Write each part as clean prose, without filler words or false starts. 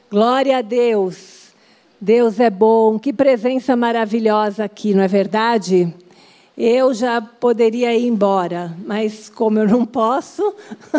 Glória a Deus. Deus é bom. Que presença maravilhosa aqui, não é verdade? Eu já poderia ir embora, mas como eu não posso,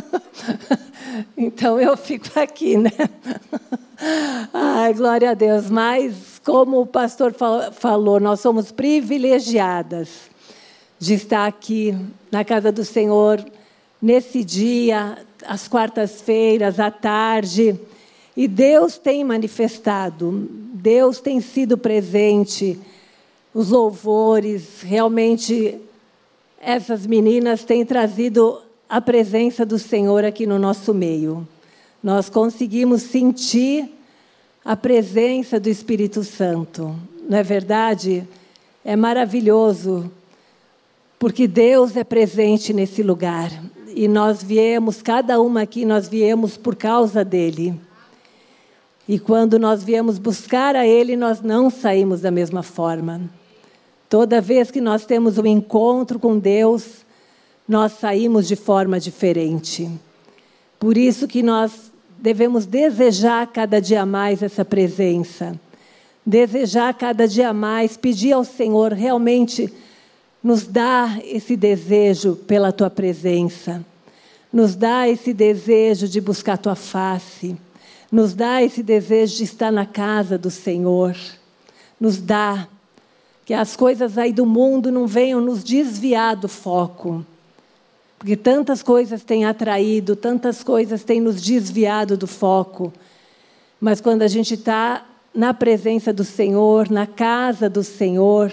então eu fico aqui, né? Ai, glória a Deus. Mas, como o pastor falou, nós somos privilegiadas de estar aqui na casa do Senhor, nesse dia, às quartas-feiras, à tarde. E Deus tem manifestado, Deus tem sido presente. Os louvores, realmente, essas meninas têm trazido a presença do Senhor aqui no nosso meio. Nós conseguimos sentir a presença do Espírito Santo. Não é verdade? É maravilhoso, porque Deus é presente nesse lugar. E nós viemos, cada uma aqui, nós viemos por causa dEle. E quando nós viemos buscar a Ele, nós não saímos da mesma forma. Toda vez que nós temos um encontro com Deus, nós saímos de forma diferente. Por isso que nós devemos desejar cada dia mais essa presença. Desejar cada dia mais, pedir ao Senhor realmente nos dar esse desejo pela Tua presença. Nos dá esse desejo de buscar a Tua face. Nos dá esse desejo de estar na casa do Senhor. Nos dá que as coisas aí do mundo não venham nos desviar do foco. Porque tantas coisas têm atraído, tantas coisas têm nos desviado do foco. Mas quando a gente está na presença do Senhor, na casa do Senhor,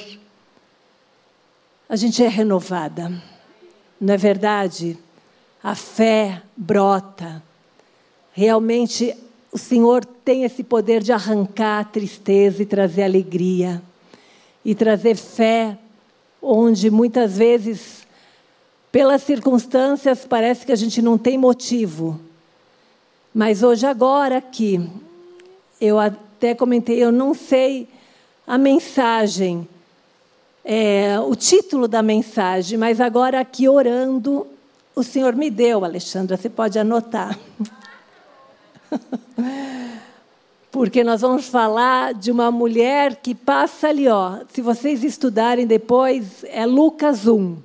a gente é renovada. Não é verdade? A fé brota. Realmente, o Senhor tem esse poder de arrancar a tristeza e trazer alegria. E trazer fé, onde muitas vezes, pelas circunstâncias, parece que a gente não tem motivo. Mas hoje, agora aqui, eu até comentei, eu não sei a mensagem, o título da mensagem, mas agora aqui orando, o Senhor me deu, Alexandra, você pode anotar. Porque nós vamos falar de uma mulher que passa ali, ó. Se vocês estudarem depois, é Lucas 1.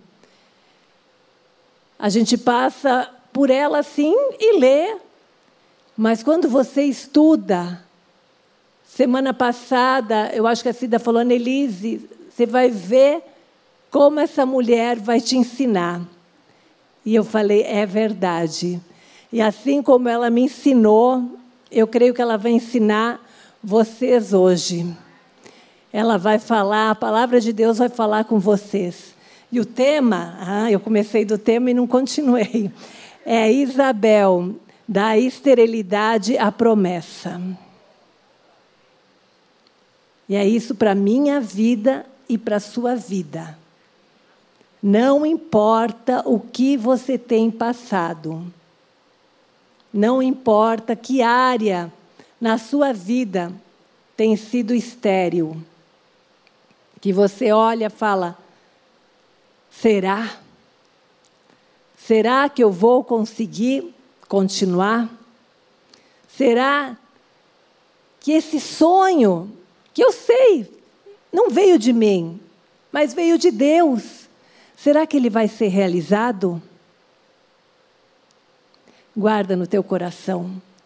A gente passa por ela assim e lê. Mas quando você estuda, semana passada, eu acho que a Cida falou, Annelise, você vai ver como essa mulher vai te ensinar. E eu falei, é verdade. E assim como ela me ensinou, eu creio que ela vai ensinar vocês hoje. Ela vai falar, a palavra de Deus vai falar com vocês. E o tema, eu comecei do tema e não continuei, é Isabel, da esterilidade à promessa. E é isso para a minha vida e para a sua vida. Não importa o que você tem passado. Não importa que área na sua vida tem sido estéril. Que você olha e fala, será? Será que eu vou conseguir continuar? Será que esse sonho, que eu sei, não veio de mim, mas veio de Deus, será que ele vai ser realizado? Guarda no teu coração.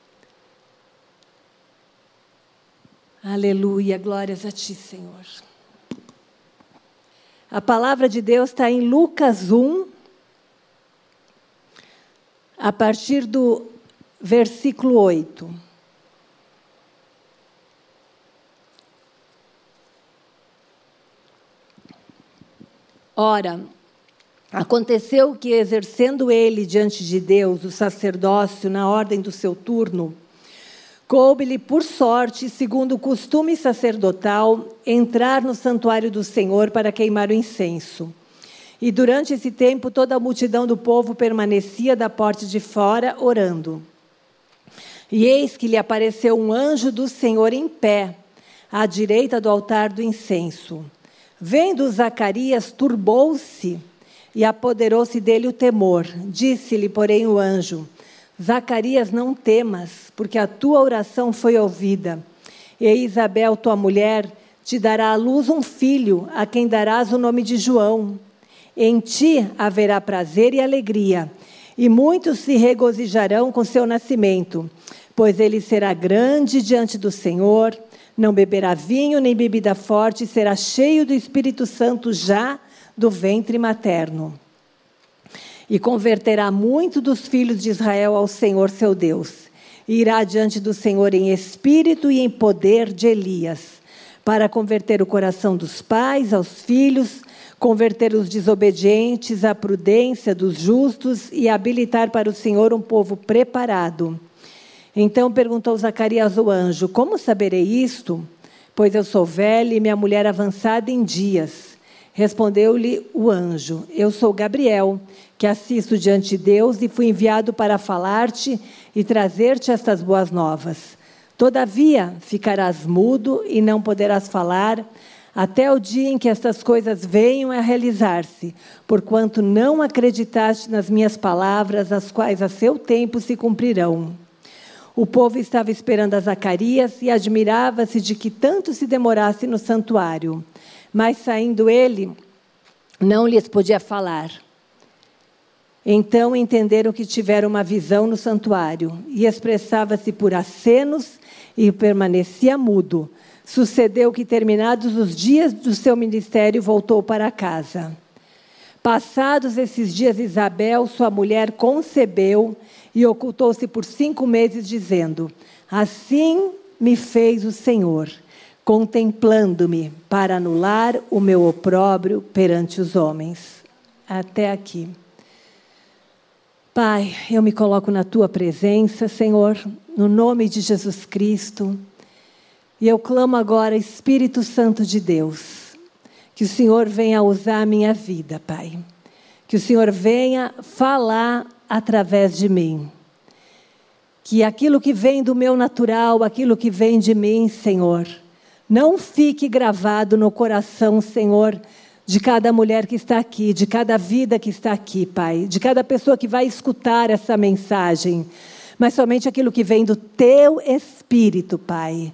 Aleluia, glórias a ti, Senhor. A palavra de Deus está em Lucas 1, a partir do versículo 8. Ora, aconteceu que, exercendo ele diante de Deus o sacerdócio na ordem do seu turno, coube-lhe por sorte, segundo o costume sacerdotal, entrar no santuário do Senhor para queimar o incenso. E durante esse tempo toda a multidão do povo permanecia da porta de fora, orando. E eis que lhe apareceu um anjo do Senhor em pé, à direita do altar do incenso. Vendo Zacarias, turbou-se, e apoderou-se dele o temor. Disse-lhe, porém, o anjo, Zacarias, não temas, porque a tua oração foi ouvida. E Isabel, tua mulher, te dará à luz um filho, a quem darás o nome de João. Em ti haverá prazer e alegria, e muitos se regozijarão com seu nascimento, pois ele será grande diante do Senhor, não beberá vinho nem bebida forte, será cheio do Espírito Santo já do ventre materno. E converterá muito dos filhos de Israel ao Senhor seu Deus. E irá diante do Senhor em espírito e em poder de Elias, para converter o coração dos pais aos filhos, converter os desobedientes à prudência dos justos e habilitar para o Senhor um povo preparado. Então perguntou Zacarias ao anjo: como saberei isto? Pois eu sou velha e minha mulher avançada em dias. Respondeu-lhe o anjo: eu sou Gabriel, que assisto diante de Deus e fui enviado para falar-te e trazer-te estas boas novas. Todavia, ficarás mudo e não poderás falar, até o dia em que estas coisas venham a realizar-se, porquanto não acreditaste nas minhas palavras, as quais a seu tempo se cumprirão. O povo estava esperando a Zacarias e admirava-se de que tanto se demorasse no santuário. Mas saindo ele, não lhes podia falar. Então entenderam que tiveram uma visão no santuário, e expressava-se por acenos e permanecia mudo. Sucedeu que, terminados os dias do seu ministério, voltou para casa. Passados esses dias, Isabel, sua mulher, concebeu e ocultou-se por 5 meses, dizendo: assim me fez o Senhor, contemplando-me, para anular o meu opróbrio perante os homens. Até aqui. Pai, eu me coloco na tua presença, Senhor, no nome de Jesus Cristo. E eu clamo agora, Espírito Santo de Deus, que o Senhor venha usar a minha vida, Pai. Que o Senhor venha falar através de mim. Que aquilo que vem do meu natural, aquilo que vem de mim, Senhor, não fique gravado no coração, Senhor, de cada mulher que está aqui, de cada vida que está aqui, Pai, de cada pessoa que vai escutar essa mensagem, mas somente aquilo que vem do teu Espírito, Pai.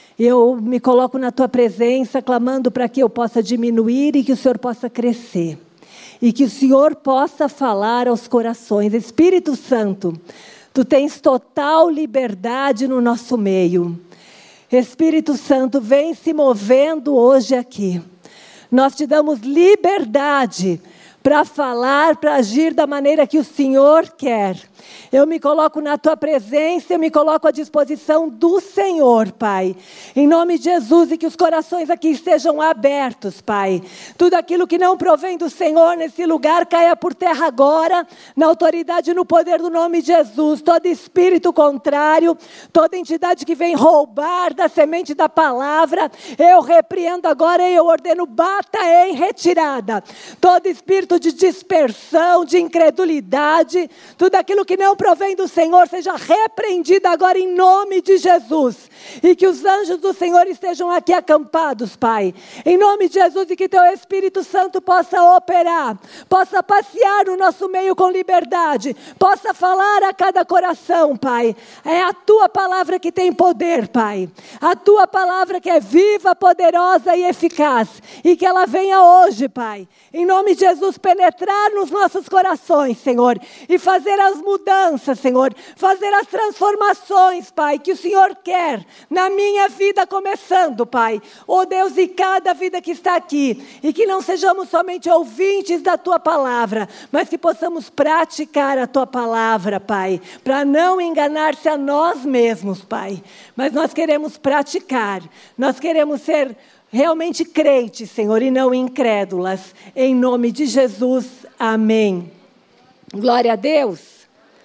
Eu me coloco na tua presença, clamando para que eu possa diminuir e que o Senhor possa crescer. E que o Senhor possa falar aos corações. Espírito Santo, tu tens total liberdade no nosso meio. Espírito Santo, vem se movendo hoje aqui. Nós te damos liberdade para falar, para agir da maneira que o Senhor quer. Eu me coloco na tua presença, eu me coloco à disposição do Senhor, Pai. Em nome de Jesus, e que os corações aqui estejam abertos, Pai. Tudo aquilo que não provém do Senhor nesse lugar, caia por terra agora, na autoridade e no poder do nome de Jesus. Todo espírito contrário, toda entidade que vem roubar da semente da palavra, eu repreendo agora e eu ordeno, bata em retirada. Todo espírito de dispersão, de incredulidade, tudo aquilo que não provém do Senhor, seja repreendido agora em nome de Jesus. E que os anjos do Senhor estejam aqui acampados, Pai. Em nome de Jesus, e que teu Espírito Santo possa operar, possa passear no nosso meio com liberdade, possa falar a cada coração, Pai. É a tua palavra que tem poder, Pai. A tua palavra que é viva, poderosa e eficaz. E que ela venha hoje, Pai. Em nome de Jesus, penetrar nos nossos corações, Senhor. E fazer as mudanças, Senhor. Fazer as transformações, Pai, que o Senhor quer na minha vida começando, Pai. Oh Deus, e cada vida que está aqui. E que não sejamos somente ouvintes da tua palavra, mas que possamos praticar a tua palavra, Pai. Para não enganar-se a nós mesmos, Pai. Mas nós queremos praticar. Nós queremos ser realmente crentes, Senhor, e não incrédulas. Em nome de Jesus, amém. Glória a Deus.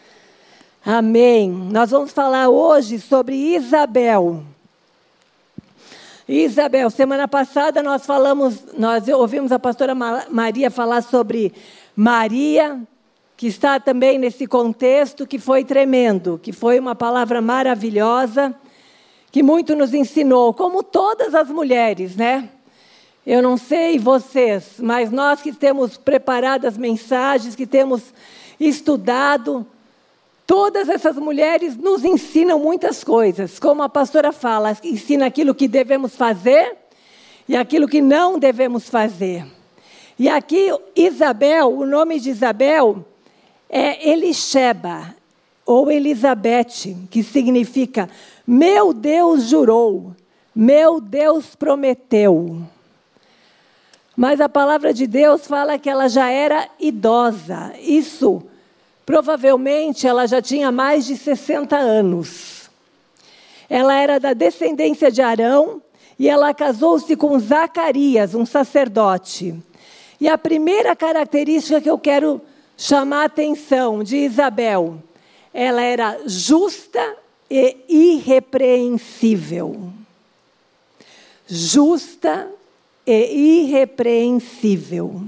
Amém. Nós vamos falar hoje sobre Isabel. Isabel, semana passada nós ouvimos a pastora Maria falar sobre Maria, que está também nesse contexto que foi tremendo, que foi uma palavra maravilhosa, que muito nos ensinou, como todas as mulheres, né? Eu não sei vocês, mas nós que temos preparado as mensagens, que temos estudado, Todas essas mulheres nos ensinam muitas coisas. Como a pastora fala, ensina aquilo que devemos fazer e aquilo que não devemos fazer. E aqui, Isabel, o nome de Isabel é Elisheba, ou Elizabeth, que significa, meu Deus jurou, meu Deus prometeu. Mas a palavra de Deus fala que ela já era idosa. Isso, provavelmente, ela já tinha mais de 60 anos. Ela era da descendência de Arão e ela casou-se com Zacarias, um sacerdote. E a primeira característica que eu quero chamar a atenção de Isabel, ela era justa e irrepreensível. Justa e irrepreensível.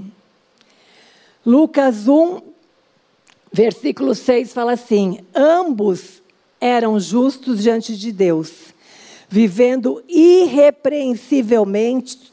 Lucas 1, versículo 6 fala assim: ambos eram justos diante de Deus, vivendo irrepreensivelmente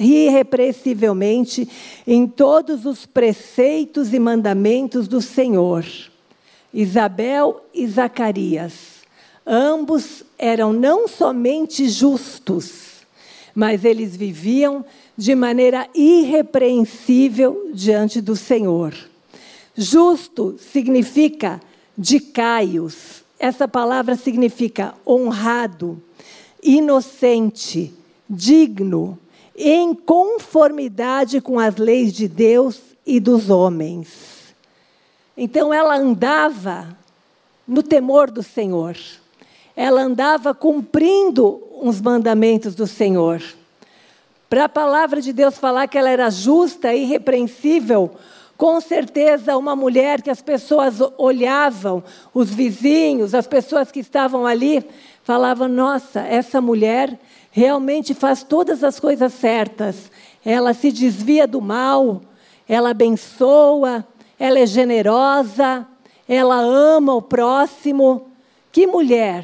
em todos os preceitos e mandamentos do Senhor. Isabel e Zacarias, ambos eram não somente justos, mas eles viviam de maneira irrepreensível diante do Senhor. Justo significa dicaios. Essa palavra significa honrado, inocente, digno, em conformidade com as leis de Deus e dos homens. Então, ela andava no temor do Senhor. Ela andava cumprindo os mandamentos do Senhor. Para a palavra de Deus falar que ela era justa e irrepreensível, com certeza uma mulher que as pessoas olhavam, os vizinhos, as pessoas que estavam ali, falavam, nossa, essa mulher realmente faz todas as coisas certas. Ela se desvia do mal, ela abençoa, ela é generosa, ela ama o próximo. Que mulher!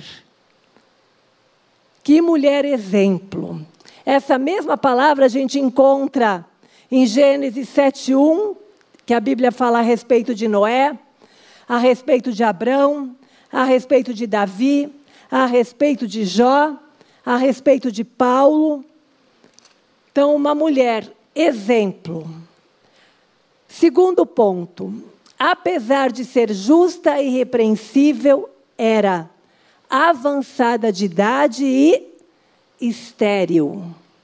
Que mulher exemplo! Essa mesma palavra a gente encontra em Gênesis 7:1, que a Bíblia fala a respeito de Noé, a respeito de Abrão, a respeito de Davi, a respeito de Jó, a respeito de Paulo. Então, uma mulher exemplo. Segundo ponto, apesar de ser justa e irrepreensível, era avançada de idade e estéril.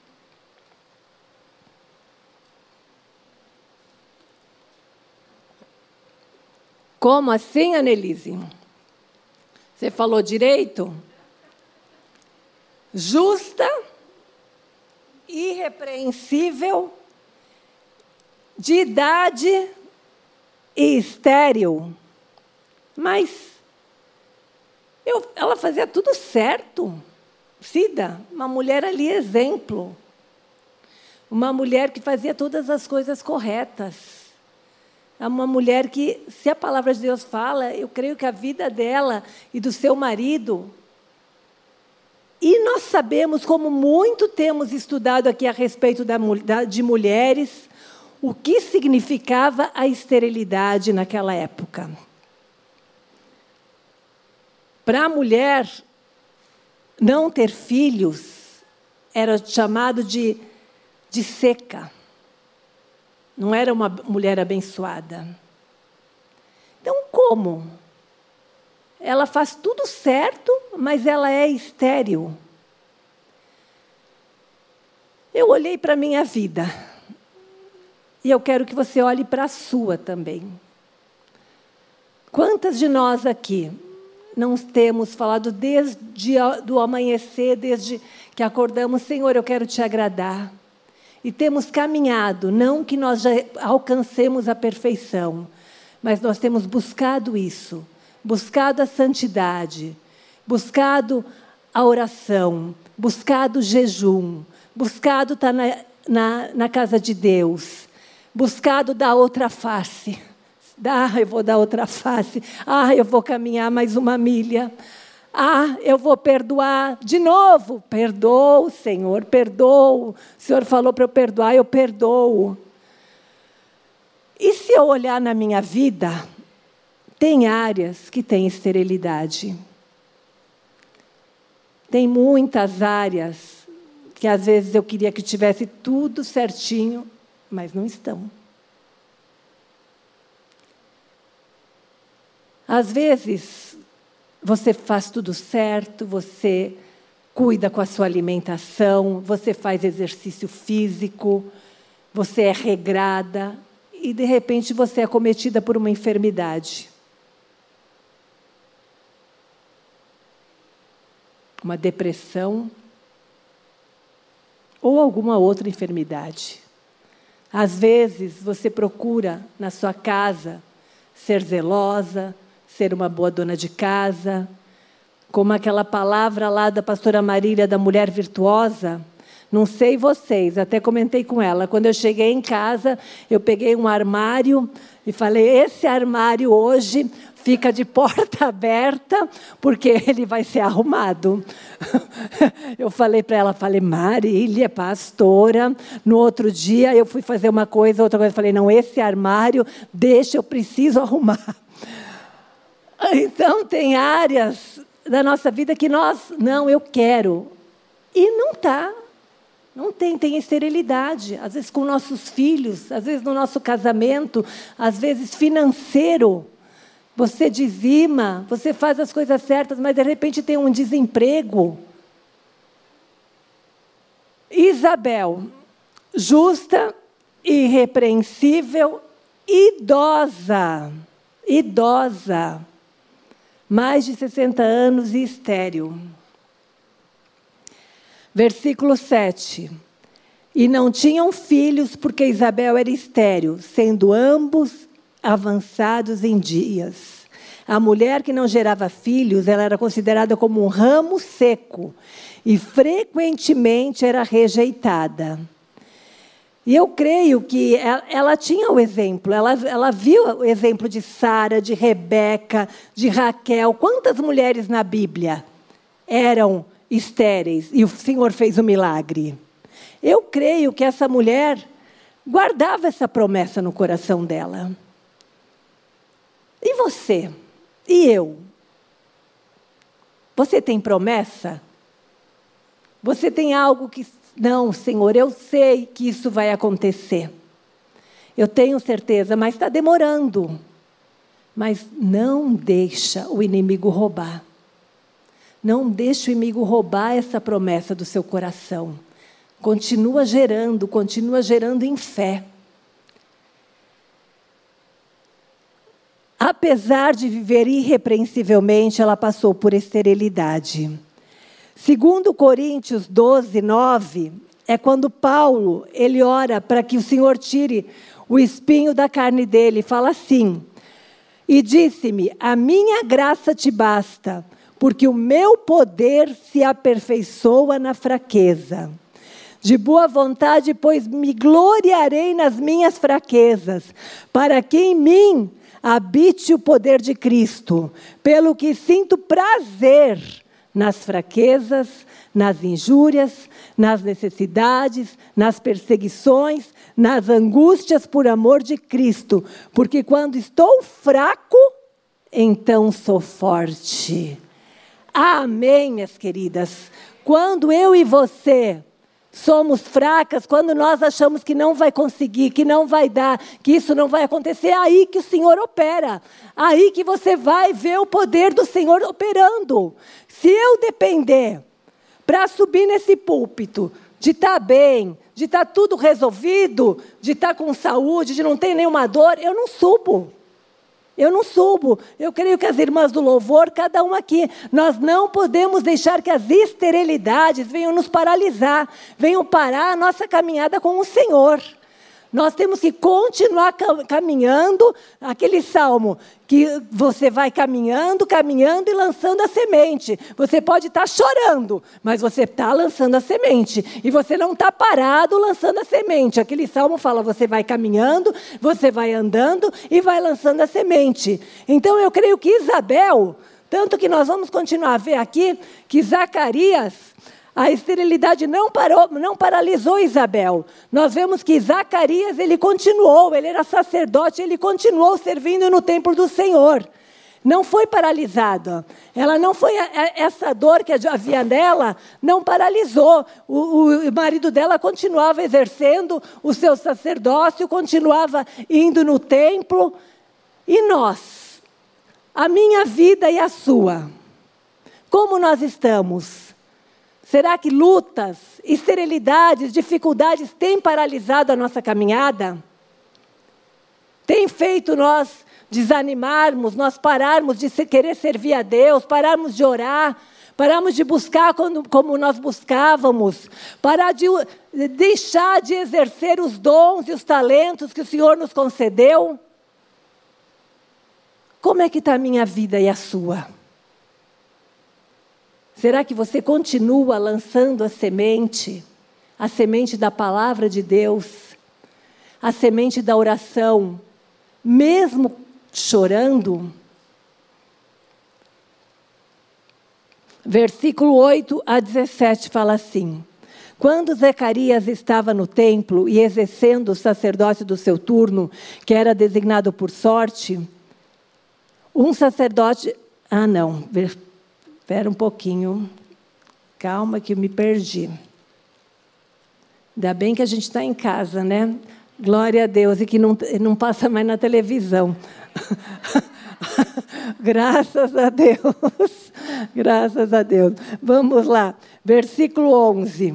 Como assim, Annelise? Você falou direito? Justa, irrepreensível, de idade e estéril. Mas ela fazia tudo certo. Cida, uma mulher ali exemplo. Uma mulher que fazia todas as coisas corretas. É uma mulher que, se a palavra de Deus fala, eu creio que a vida dela e do seu marido. E nós sabemos, como muito temos estudado aqui a respeito de mulheres, o que significava a esterilidade naquela época. Para a mulher não ter filhos, era chamado de seca. Não era uma mulher abençoada. Então, como? Ela faz tudo certo, mas ela é estéril. Eu olhei para a minha vida. E eu quero que você olhe para a sua também. Quantas de nós aqui não temos falado desde o amanhecer, desde que acordamos, Senhor, eu quero te agradar. E temos caminhado, não que nós já alcancemos a perfeição, mas nós temos buscado isso, buscado a santidade, buscado a oração, buscado o jejum, buscado estar na casa de Deus, buscado dar outra face. Eu vou dar outra face. Eu vou caminhar mais uma milha. Eu vou perdoar de novo. Perdoo, Senhor, perdoo. O Senhor falou para eu perdoar, eu perdoo. E se eu olhar na minha vida, Tem áreas que têm esterilidade. Tem muitas áreas que às vezes eu queria que tivesse tudo certinho, mas não estão. Às vezes, você faz tudo certo, você cuida com a sua alimentação, você faz exercício físico, você é regrada e, de repente, você é acometida por uma enfermidade. Uma depressão ou alguma outra enfermidade. Às vezes, você procura na sua casa ser zelosa, ser uma boa dona de casa, como aquela palavra lá da pastora Marília, da mulher virtuosa. Não sei vocês, até comentei com ela. Quando eu cheguei em casa, eu peguei um armário e falei, esse armário hoje fica de porta aberta, porque ele vai ser arrumado. Eu falei para ela, Marília, pastora, no outro dia eu fui fazer uma coisa, outra coisa, falei, não, esse armário, deixa, eu preciso arrumar. Então, tem áreas da nossa vida que não, eu quero. E não está. Não tem esterilidade. Às vezes com nossos filhos, às vezes no nosso casamento, às vezes financeiro. Você dizima, você faz as coisas certas, mas de repente tem um desemprego. Isabel, justa, irrepreensível, idosa. Mais de 60 anos e estéril. Versículo 7. E não tinham filhos, porque Isabel era estéril, sendo ambos avançados em dias. A mulher que não gerava filhos, ela era considerada como um ramo seco, e frequentemente era rejeitada. E eu creio que ela tinha o exemplo, ela viu o exemplo de Sara, de Rebeca, de Raquel. Quantas mulheres na Bíblia eram estéreis e o Senhor fez o milagre? Eu creio que essa mulher guardava essa promessa no coração dela. E você? E eu? Você tem promessa? Você tem algo que... Não, Senhor, eu sei que isso vai acontecer. Eu tenho certeza, mas está demorando. Mas não deixa o inimigo roubar. Não deixa o inimigo roubar essa promessa do seu coração. Continua gerando em fé. Apesar de viver irrepreensivelmente, ela passou por esterilidade. Segundo Coríntios 12, 9, é quando Paulo, ele ora para que o Senhor tire o espinho da carne dele. Fala assim, e disse-me, a minha graça te basta, porque o meu poder se aperfeiçoa na fraqueza. De boa vontade, pois me gloriarei nas minhas fraquezas, para que em mim habite o poder de Cristo, pelo que sinto prazer nas fraquezas, nas injúrias, nas necessidades, nas perseguições, nas angústias por amor de Cristo. Porque quando estou fraco, então sou forte. Amém, minhas queridas? Quando eu e você somos fracas, quando nós achamos que não vai conseguir, que não vai dar, que isso não vai acontecer, é aí que o Senhor opera. Aí que você vai ver o poder do Senhor operando. Se eu depender para subir nesse púlpito, de estar bem, de estar tudo resolvido, de estar com saúde, de não ter nenhuma dor, eu não subo. Eu creio que as irmãs do louvor, cada uma aqui, nós não podemos deixar que as esterilidades venham nos paralisar, venham parar a nossa caminhada com o Senhor. Nós temos que continuar caminhando, aquele salmo, que você vai caminhando e lançando a semente. Você pode estar chorando, mas você está lançando a semente. E você não está parado lançando a semente. Aquele salmo fala, você vai caminhando, você vai andando e vai lançando a semente. Então eu creio que Isabel, tanto que nós vamos continuar a ver aqui, que Zacarias... A esterilidade não paralisou Isabel. Nós vemos que Zacarias, ele continuou, ele era sacerdote, ele continuou servindo no templo do Senhor. Não foi paralisada. Ela não foi, essa dor que havia nela não paralisou. O marido dela continuava exercendo o seu sacerdócio, continuava indo no templo. E nós? A minha vida e a sua? Como nós estamos? Será que lutas, esterilidades, dificuldades têm paralisado a nossa caminhada? Tem feito nós desanimarmos, nós pararmos de querer servir a Deus, pararmos de orar, pararmos de buscar como nós buscávamos, parar de deixar de exercer os dons e os talentos que o Senhor nos concedeu? Como é que está a minha vida e a sua? Será que você continua lançando a semente da palavra de Deus, a semente da oração, mesmo chorando? Versículo 8 a 17 fala assim: quando Zacarias estava no templo e exercendo o sacerdócio do seu turno, que era designado por sorte, um sacerdote... Espera um pouquinho. Calma que eu me perdi. Ainda bem que a gente está em casa, né? Glória a Deus, e que não passa mais na televisão. Graças a Deus. Graças a Deus. Vamos lá. Versículo 11.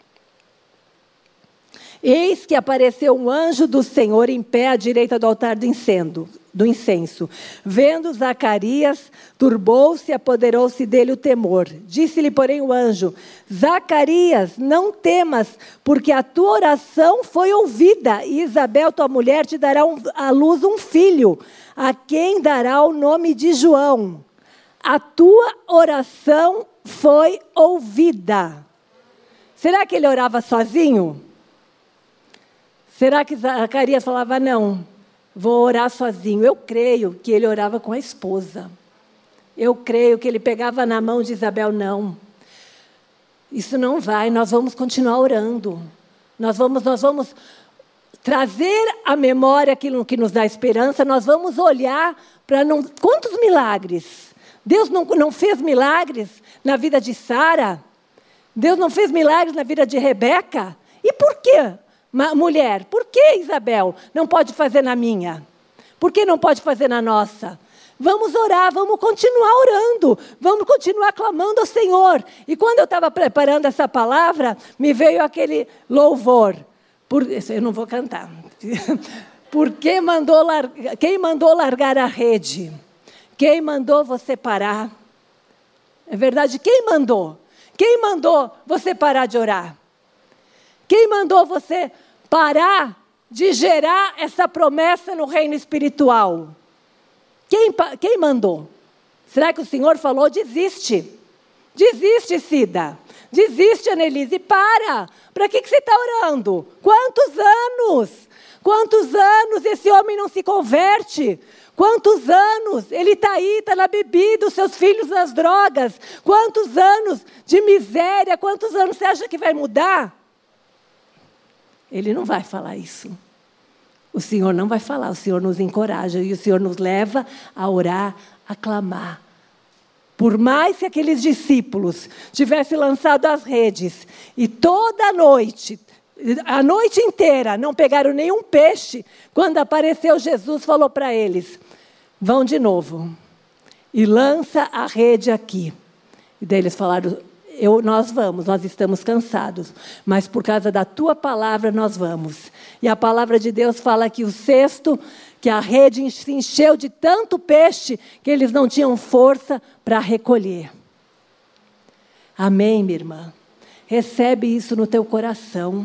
Eis que apareceu um anjo do Senhor em pé à direita do altar do incenso. Vendo Zacarias, turbou-se e apoderou-se dele o temor. Disse-lhe, porém, o anjo: Zacarias, não temas, porque a tua oração foi ouvida, e Isabel, tua mulher, te dará à luz um filho, a quem dará o nome de João. A tua oração foi ouvida. Será que ele orava sozinho? Será que Zacarias falava, não, vou orar sozinho? Eu creio que ele orava com a esposa. Eu creio que ele pegava na mão de Isabel, não. Isso não vai, nós vamos continuar orando. Nós vamos trazer à memória aquilo que nos dá esperança, nós vamos olhar para... Quantos milagres? Deus não fez milagres na vida de Sara? Deus não fez milagres na vida de Rebeca? E por quê? Mulher, por que Isabel não pode fazer na minha? Por que não pode fazer na nossa? Vamos orar, vamos continuar orando, vamos continuar clamando ao Senhor. E quando eu estava preparando essa palavra, me veio aquele louvor. Eu não vou cantar. Quem mandou largar a rede? Quem mandou você parar? É verdade, quem mandou? Quem mandou você parar de orar? Quem mandou você parar de gerar essa promessa no reino espiritual? Quem mandou? Será que o Senhor falou? Desiste. Desiste, Cida. Desiste, Annelise. Para. Para que você está orando? Quantos anos? Quantos anos esse homem não se converte? Quantos anos ele está aí, está na bebida, os seus filhos nas drogas? Quantos anos de miséria? Quantos anos você acha que vai mudar? Ele não vai falar isso. O Senhor não vai falar, o Senhor nos encoraja e o Senhor nos leva a orar, a clamar. Por mais que aqueles discípulos tivessem lançado as redes e toda a noite inteira, não pegaram nenhum peixe, quando apareceu Jesus, falou para eles, vão de novo e lança a rede aqui. E daí eles falaram, nós estamos cansados, mas por causa da tua palavra nós vamos. E a palavra de Deus fala que o cesto, que a rede se encheu de tanto peixe, que eles não tinham força para recolher. Amém, minha irmã? Recebe isso no teu coração.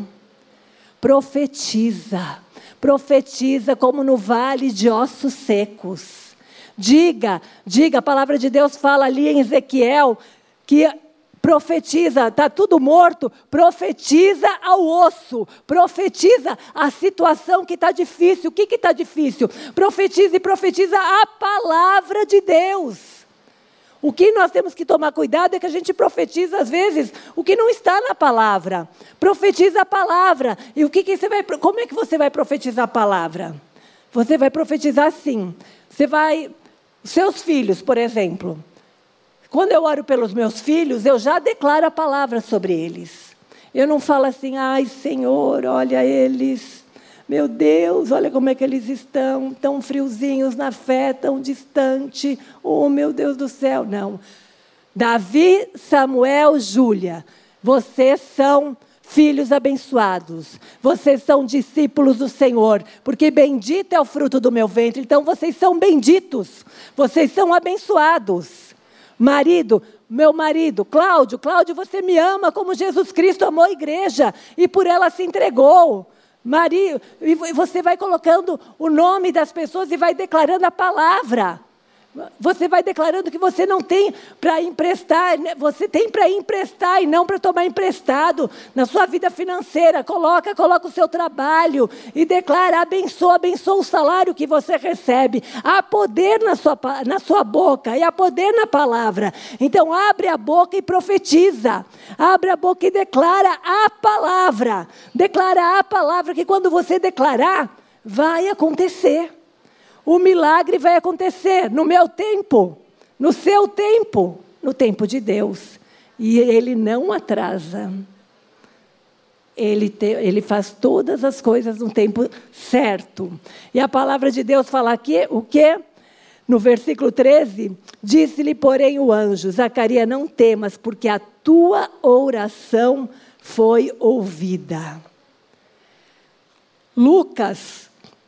Profetiza como no vale de ossos secos. Diga, a palavra de Deus fala ali em Ezequiel, que profetiza, está tudo morto, profetiza ao osso, profetiza a situação que está difícil. O que está difícil? Profetiza a palavra de Deus. O que nós temos que tomar cuidado é que a gente profetiza, às vezes, o que não está na palavra. Profetiza a palavra. E como é que você vai profetizar a palavra? Você vai profetizar assim. O Os seus filhos, por exemplo. Quando eu oro pelos meus filhos, eu já declaro a palavra sobre eles. Eu não falo assim, ai Senhor, olha eles, meu Deus, olha como é que eles estão, tão friozinhos na fé, tão distante, oh meu Deus do céu. Não. Davi, Samuel, Júlia, vocês são filhos abençoados, vocês são discípulos do Senhor, porque bendito é o fruto do meu ventre, então vocês são benditos, vocês são abençoados. Marido, meu marido, Cláudio, você me ama como Jesus Cristo amou a igreja e por ela se entregou. Marido, e você vai colocando o nome das pessoas e vai declarando a palavra. Você vai declarando que você não tem para emprestar, você tem para emprestar e não para tomar emprestado na sua vida financeira. Coloca o seu trabalho e declara, abençoa o salário que você recebe. Há poder na sua boca e há poder na palavra. Então abre a boca e profetiza. Abre a boca e declara a palavra. Declara a palavra que quando você declarar, vai acontecer. O milagre vai acontecer no meu tempo, no seu tempo, no tempo de Deus. E Ele não atrasa. Ele faz todas as coisas no tempo certo. E a palavra de Deus fala aqui, o quê? No versículo 13, disse-lhe, porém, o anjo, Zacarias, não temas, porque a tua oração foi ouvida. Lucas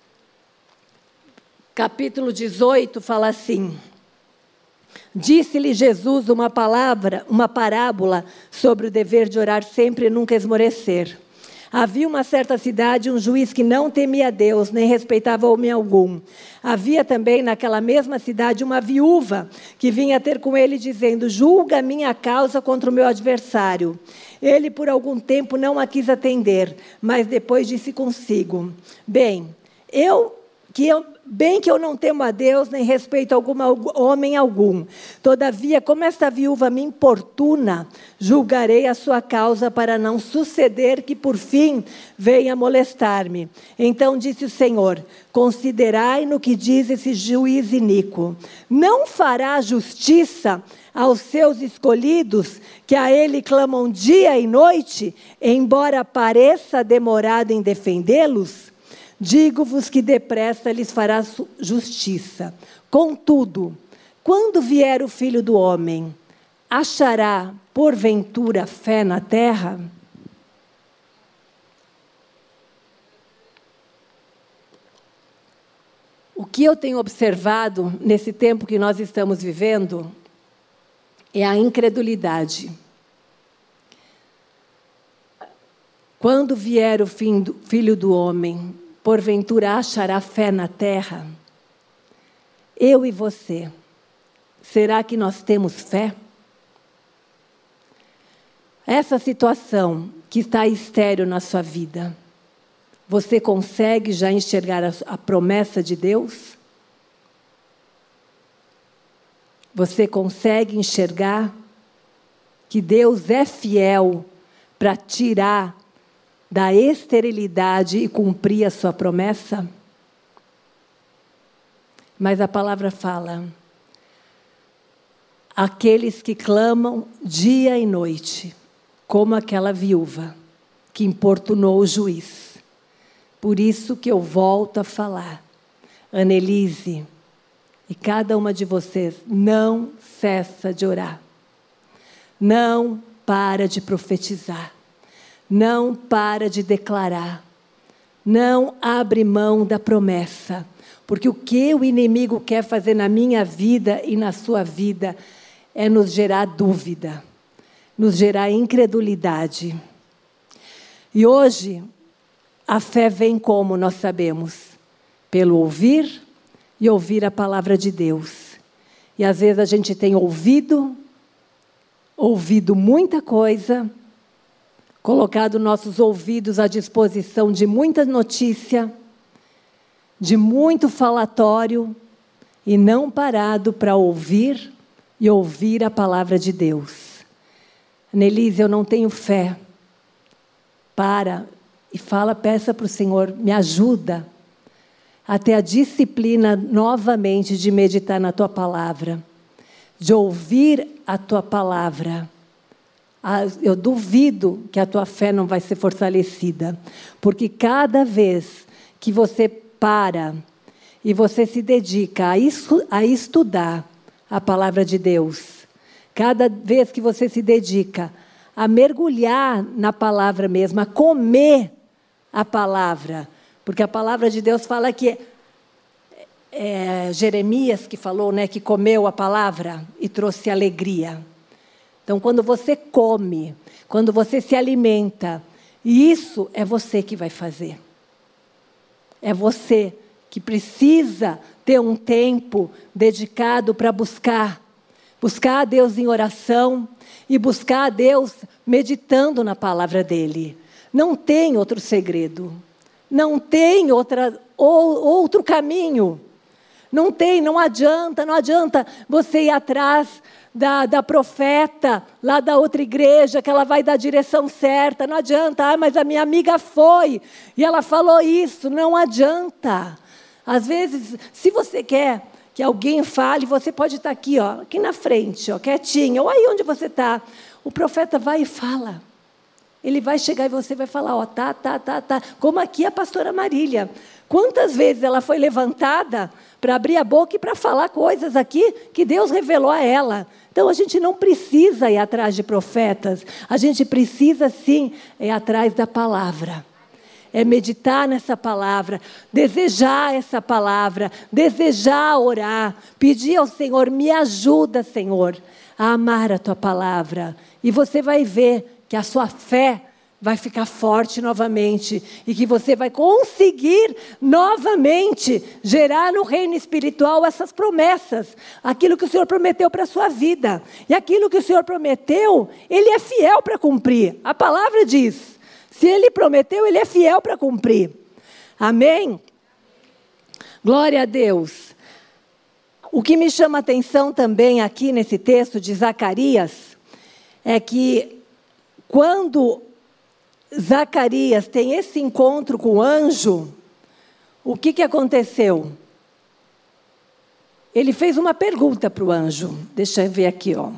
capítulo 18 fala assim, disse-lhe Jesus uma parábola sobre o dever de orar sempre e nunca esmorecer. Havia uma certa cidade um juiz que não temia Deus, nem respeitava homem algum. Havia também naquela mesma cidade uma viúva que vinha ter com ele dizendo, julga a minha causa contra o meu adversário. Ele por algum tempo não a quis atender, mas depois disse consigo, bem que eu não temo a Deus, nem respeito homem algum. Todavia, como esta viúva me importuna, julgarei a sua causa para não suceder que, por fim, venha molestar-me. Então disse o Senhor, considerai no que diz esse juiz iníquo. Não fará justiça aos seus escolhidos, que a ele clamam dia e noite, embora pareça demorado em defendê-los? Digo-vos que depressa lhes fará justiça. Contudo, quando vier o Filho do Homem, achará, porventura, fé na terra? O que eu tenho observado nesse tempo que nós estamos vivendo é a incredulidade. Quando vier o Filho do Homem, porventura achará fé na terra? Eu e você, será que nós temos fé? Essa situação que está estéril na sua vida, você consegue já enxergar a promessa de Deus? Você consegue enxergar que Deus é fiel para tirar da esterilidade e cumprir a sua promessa? Mas a palavra fala, aqueles que clamam dia e noite, como aquela viúva que importunou o juiz. Por isso que eu volto a falar, Annelise, e cada uma de vocês, não cessa de orar. Não para de profetizar. Não para de declarar. Não abre mão da promessa. Porque o que o inimigo quer fazer na minha vida e na sua vida é nos gerar dúvida, nos gerar incredulidade. E hoje, a fé vem como nós sabemos? Pelo ouvir e ouvir a palavra de Deus. E às vezes a gente tem ouvido muita coisa, colocado nossos ouvidos à disposição de muita notícia, de muito falatório, e não parado para ouvir e ouvir a palavra de Deus. Annelise, eu não tenho fé. Para e fala, peça para o Senhor, me ajuda a ter a disciplina novamente de meditar na tua palavra, de ouvir a tua palavra. Eu duvido que a tua fé não vai ser fortalecida, porque cada vez que você para e você se dedica a estudar a palavra de Deus, cada vez que você se dedica a mergulhar na palavra mesmo, a comer a palavra, porque a palavra de Deus fala que Jeremias que falou, né, que comeu a palavra e trouxe alegria. Então, quando você come, quando você se alimenta, isso é você que vai fazer. É você que precisa ter um tempo dedicado para buscar a Deus em oração e buscar a Deus meditando na palavra dele. Não tem outro segredo, não tem outro caminho. Não adianta você ir atrás da profeta lá da outra igreja, que ela vai dar a direção certa. Não adianta, mas a minha amiga foi e ela falou isso. Não adianta. Às vezes, se você quer que alguém fale, você pode estar aqui, ó, aqui na frente, ó, quietinha, ou aí onde você está. O profeta vai e fala. Ele vai chegar e você vai falar, ó, tá. Como aqui a pastora Marília. Quantas vezes ela foi levantada para abrir a boca e para falar coisas aqui que Deus revelou a ela. Então, a gente não precisa ir atrás de profetas. A gente precisa, sim, ir atrás da palavra. É meditar nessa palavra, desejar essa palavra, desejar orar, pedir ao Senhor, me ajuda, Senhor, a amar a tua palavra. E você vai ver que a sua fé vai ficar forte novamente e que você vai conseguir novamente gerar no reino espiritual essas promessas, aquilo que o Senhor prometeu para a sua vida. E aquilo que o Senhor prometeu, Ele é fiel para cumprir. A palavra diz, se Ele prometeu, Ele é fiel para cumprir. Amém? Glória a Deus. O que me chama a atenção também aqui nesse texto de Zacarias é que quando Zacarias tem esse encontro com o anjo, o que aconteceu? Ele fez uma pergunta para o anjo. Deixa eu ver aqui, ó.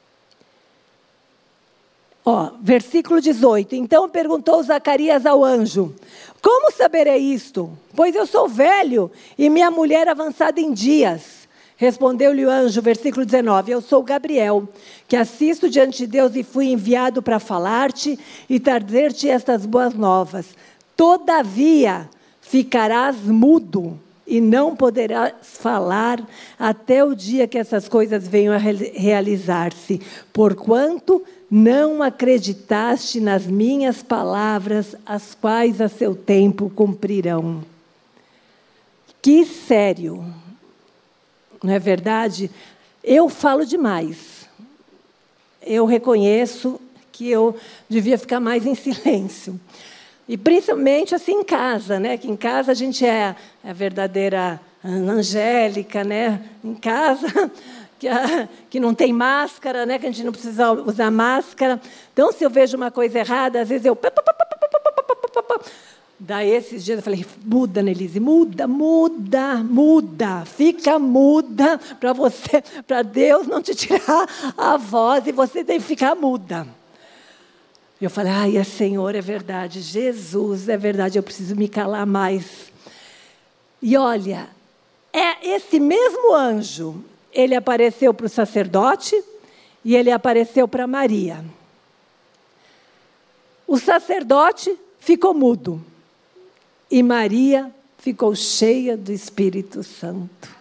Versículo 18. Então perguntou Zacarias ao anjo, como saberei isto? Pois eu sou velho e minha mulher avançada em dias. Respondeu-lhe o anjo, versículo 19, eu sou Gabriel, que assisto diante de Deus e fui enviado para falar-te e trazer-te estas boas novas. Todavia, ficarás mudo e não poderás falar até o dia que essas coisas venham a realizar-se, porquanto não acreditaste nas minhas palavras, as quais a seu tempo cumprirão. Que sério! Não é verdade? Eu falo demais. Eu reconheço que eu devia ficar mais em silêncio. E principalmente assim em casa, né? Que em casa a gente é a verdadeira Angélica, né? Em casa, que não tem máscara, né? Que a gente não precisa usar máscara. Então, se eu vejo uma coisa errada, às vezes eu... Daí, esses dias, eu falei, muda, Nelise, muda, fica muda para Deus não te tirar a voz e você tem que ficar muda. Eu falei, Senhor, é verdade, Jesus, é verdade, eu preciso me calar mais. E olha, esse mesmo anjo, ele apareceu para o sacerdote e ele apareceu para Maria. O sacerdote ficou mudo. E Maria ficou cheia do Espírito Santo.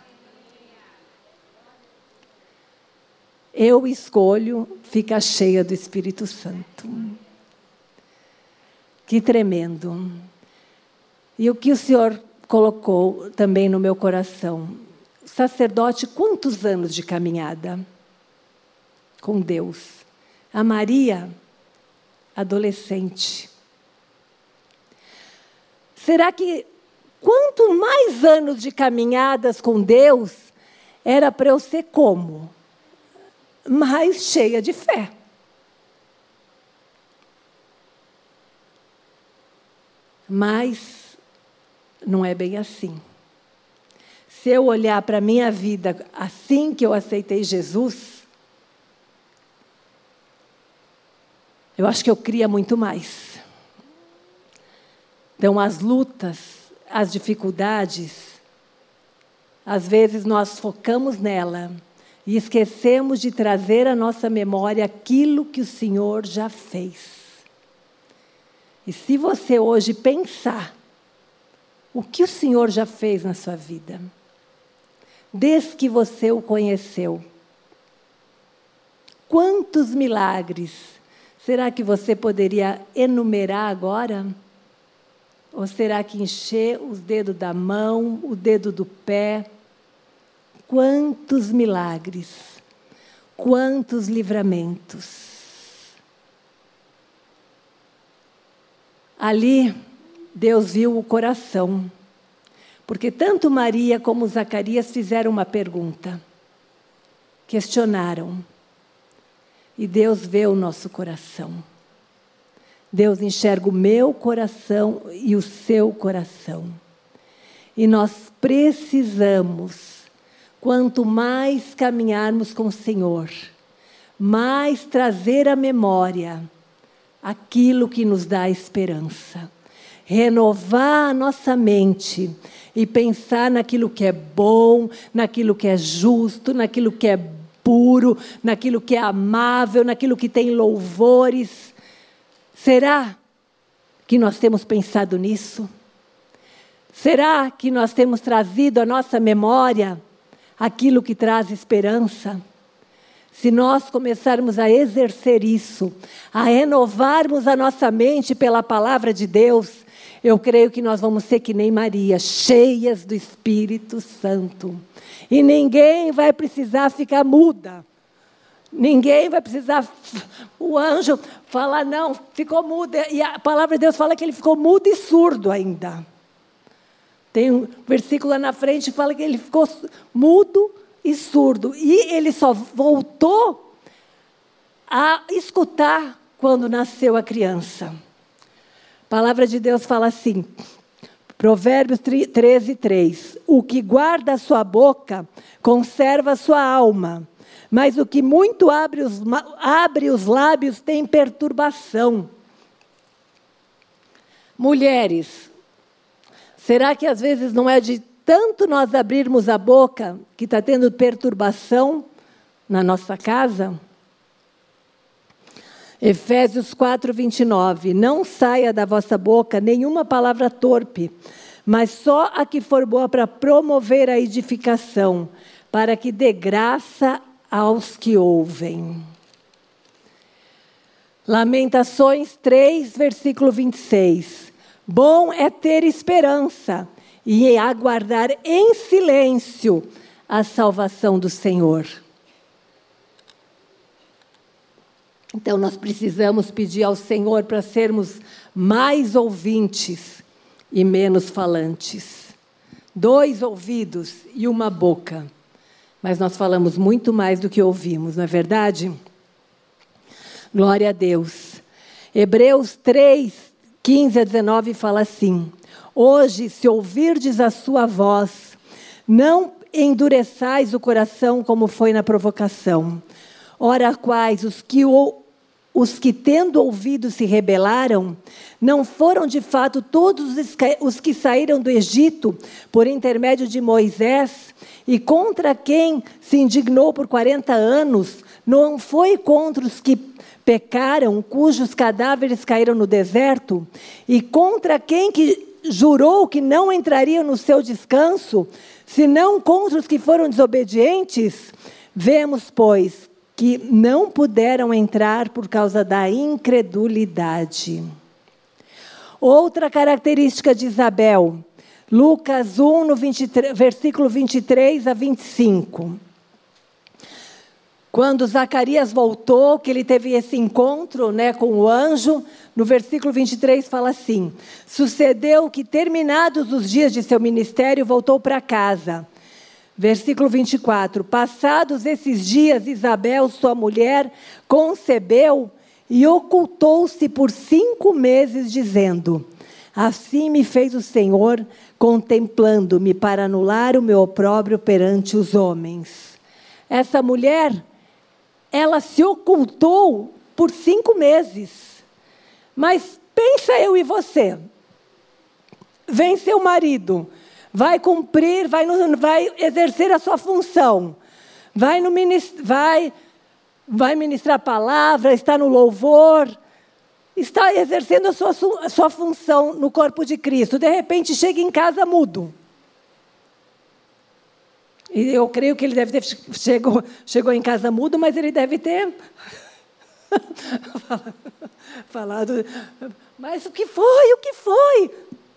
Eu escolho ficar cheia do Espírito Santo. Que tremendo. E o que o Senhor colocou também no meu coração. O sacerdote, quantos anos de caminhada com Deus? A Maria, adolescente. Será que quanto mais anos de caminhadas com Deus, era para eu ser como? Mais cheia de fé. Mas não é bem assim. se eu olhar para a minha vida assim que eu aceitei Jesus, eu acho que eu cria muito mais. Então, as lutas, as dificuldades, às vezes nós focamos nela e esquecemos de trazer à nossa memória aquilo que o Senhor já fez. E se você hoje pensar o que o Senhor já fez na sua vida, desde que você o conheceu, quantos milagres será que você poderia enumerar agora? Ou será que encher os dedos da mão, o dedo do pé? Quantos milagres, quantos livramentos. Ali, Deus viu o coração, porque tanto Maria como Zacarias fizeram uma pergunta, questionaram, e Deus vê o nosso coração. Deus enxerga o meu coração e o seu coração. E nós precisamos, quanto mais caminharmos com o Senhor, mais trazer à memória aquilo que nos dá esperança. Renovar a nossa mente e pensar naquilo que é bom, naquilo que é justo, naquilo que é puro, naquilo que é amável, naquilo que tem louvores. Será que nós temos pensado nisso? Será que nós temos trazido à nossa memória aquilo que traz esperança? Se nós começarmos a exercer isso, a renovarmos a nossa mente pela palavra de Deus, eu creio que nós vamos ser que nem Maria, cheias do Espírito Santo. E ninguém vai precisar ficar muda. Ninguém vai precisar, o anjo falar, não, ficou mudo. E a palavra de Deus fala que ele ficou mudo e surdo ainda. Tem um versículo lá na frente que fala que ele ficou mudo e surdo. E ele só voltou a escutar quando nasceu a criança. A palavra de Deus fala assim, Provérbios 13:3. O que guarda a sua boca, conserva a sua alma. Mas o que muito abre os lábios tem perturbação. Mulheres, será que às vezes não é de tanto nós abrirmos a boca que está tendo perturbação na nossa casa? Efésios 4:29. Não saia da vossa boca nenhuma palavra torpe, mas só a que for boa para promover a edificação, para que dê graça aos que ouvem. Lamentações 3, versículo 26. Bom é ter esperança e aguardar em silêncio a salvação do Senhor. Então nós precisamos pedir ao Senhor para sermos mais ouvintes e menos falantes. 2 ouvidos e uma boca. Mas nós falamos muito mais do que ouvimos, não é verdade? Glória a Deus. Hebreus 3, 15-19 fala assim: hoje, se ouvirdes a sua voz, não endureçais o coração como foi na provocação. Ora, quais os que tendo ouvido se rebelaram, não foram de fato todos os que saíram do Egito por intermédio de Moisés, e contra quem se indignou por 40 anos, não foi contra os que pecaram, cujos cadáveres caíram no deserto, e contra quem que jurou que não entrariam no seu descanso, senão contra os que foram desobedientes? Vemos, pois, que não puderam entrar por causa da incredulidade. Outra característica de Isabel, Lucas 1, no versículo 23-25. Quando Zacarias voltou, que ele teve esse encontro, com o anjo, no versículo 23 fala assim: sucedeu que, terminados os dias de seu ministério, voltou para casa. Versículo 24. Passados esses dias, Isabel, sua mulher, concebeu e ocultou-se por 5 meses, dizendo: Assim me fez o Senhor, contemplando-me para anular o meu opróbrio perante os homens. Essa mulher, ela se ocultou por 5 meses. Mas pensa eu e você. Vem seu marido, vai cumprir, vai exercer a sua função. Vai ministrar a palavra, está no louvor, está exercendo a sua função no corpo de Cristo. De repente, chega em casa mudo. E eu creio que ele deve ter chegou em casa mudo, mas ele deve ter falado, mas o que foi? O que foi?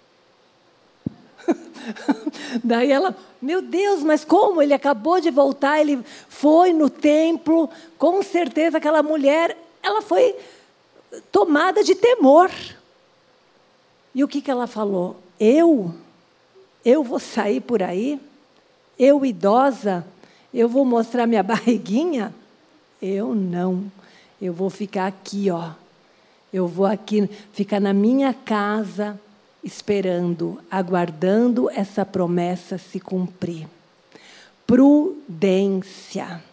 Daí ela, meu Deus, mas como? Ele acabou de voltar, ele foi no templo, com certeza aquela mulher, ela foi tomada de temor. E o que ela falou? Eu vou sair por aí? Eu idosa? Eu vou mostrar minha barriguinha? Eu não. Eu vou ficar aqui, ó. Eu vou aqui, ficar na minha casa, esperando, aguardando essa promessa se cumprir. Prudência.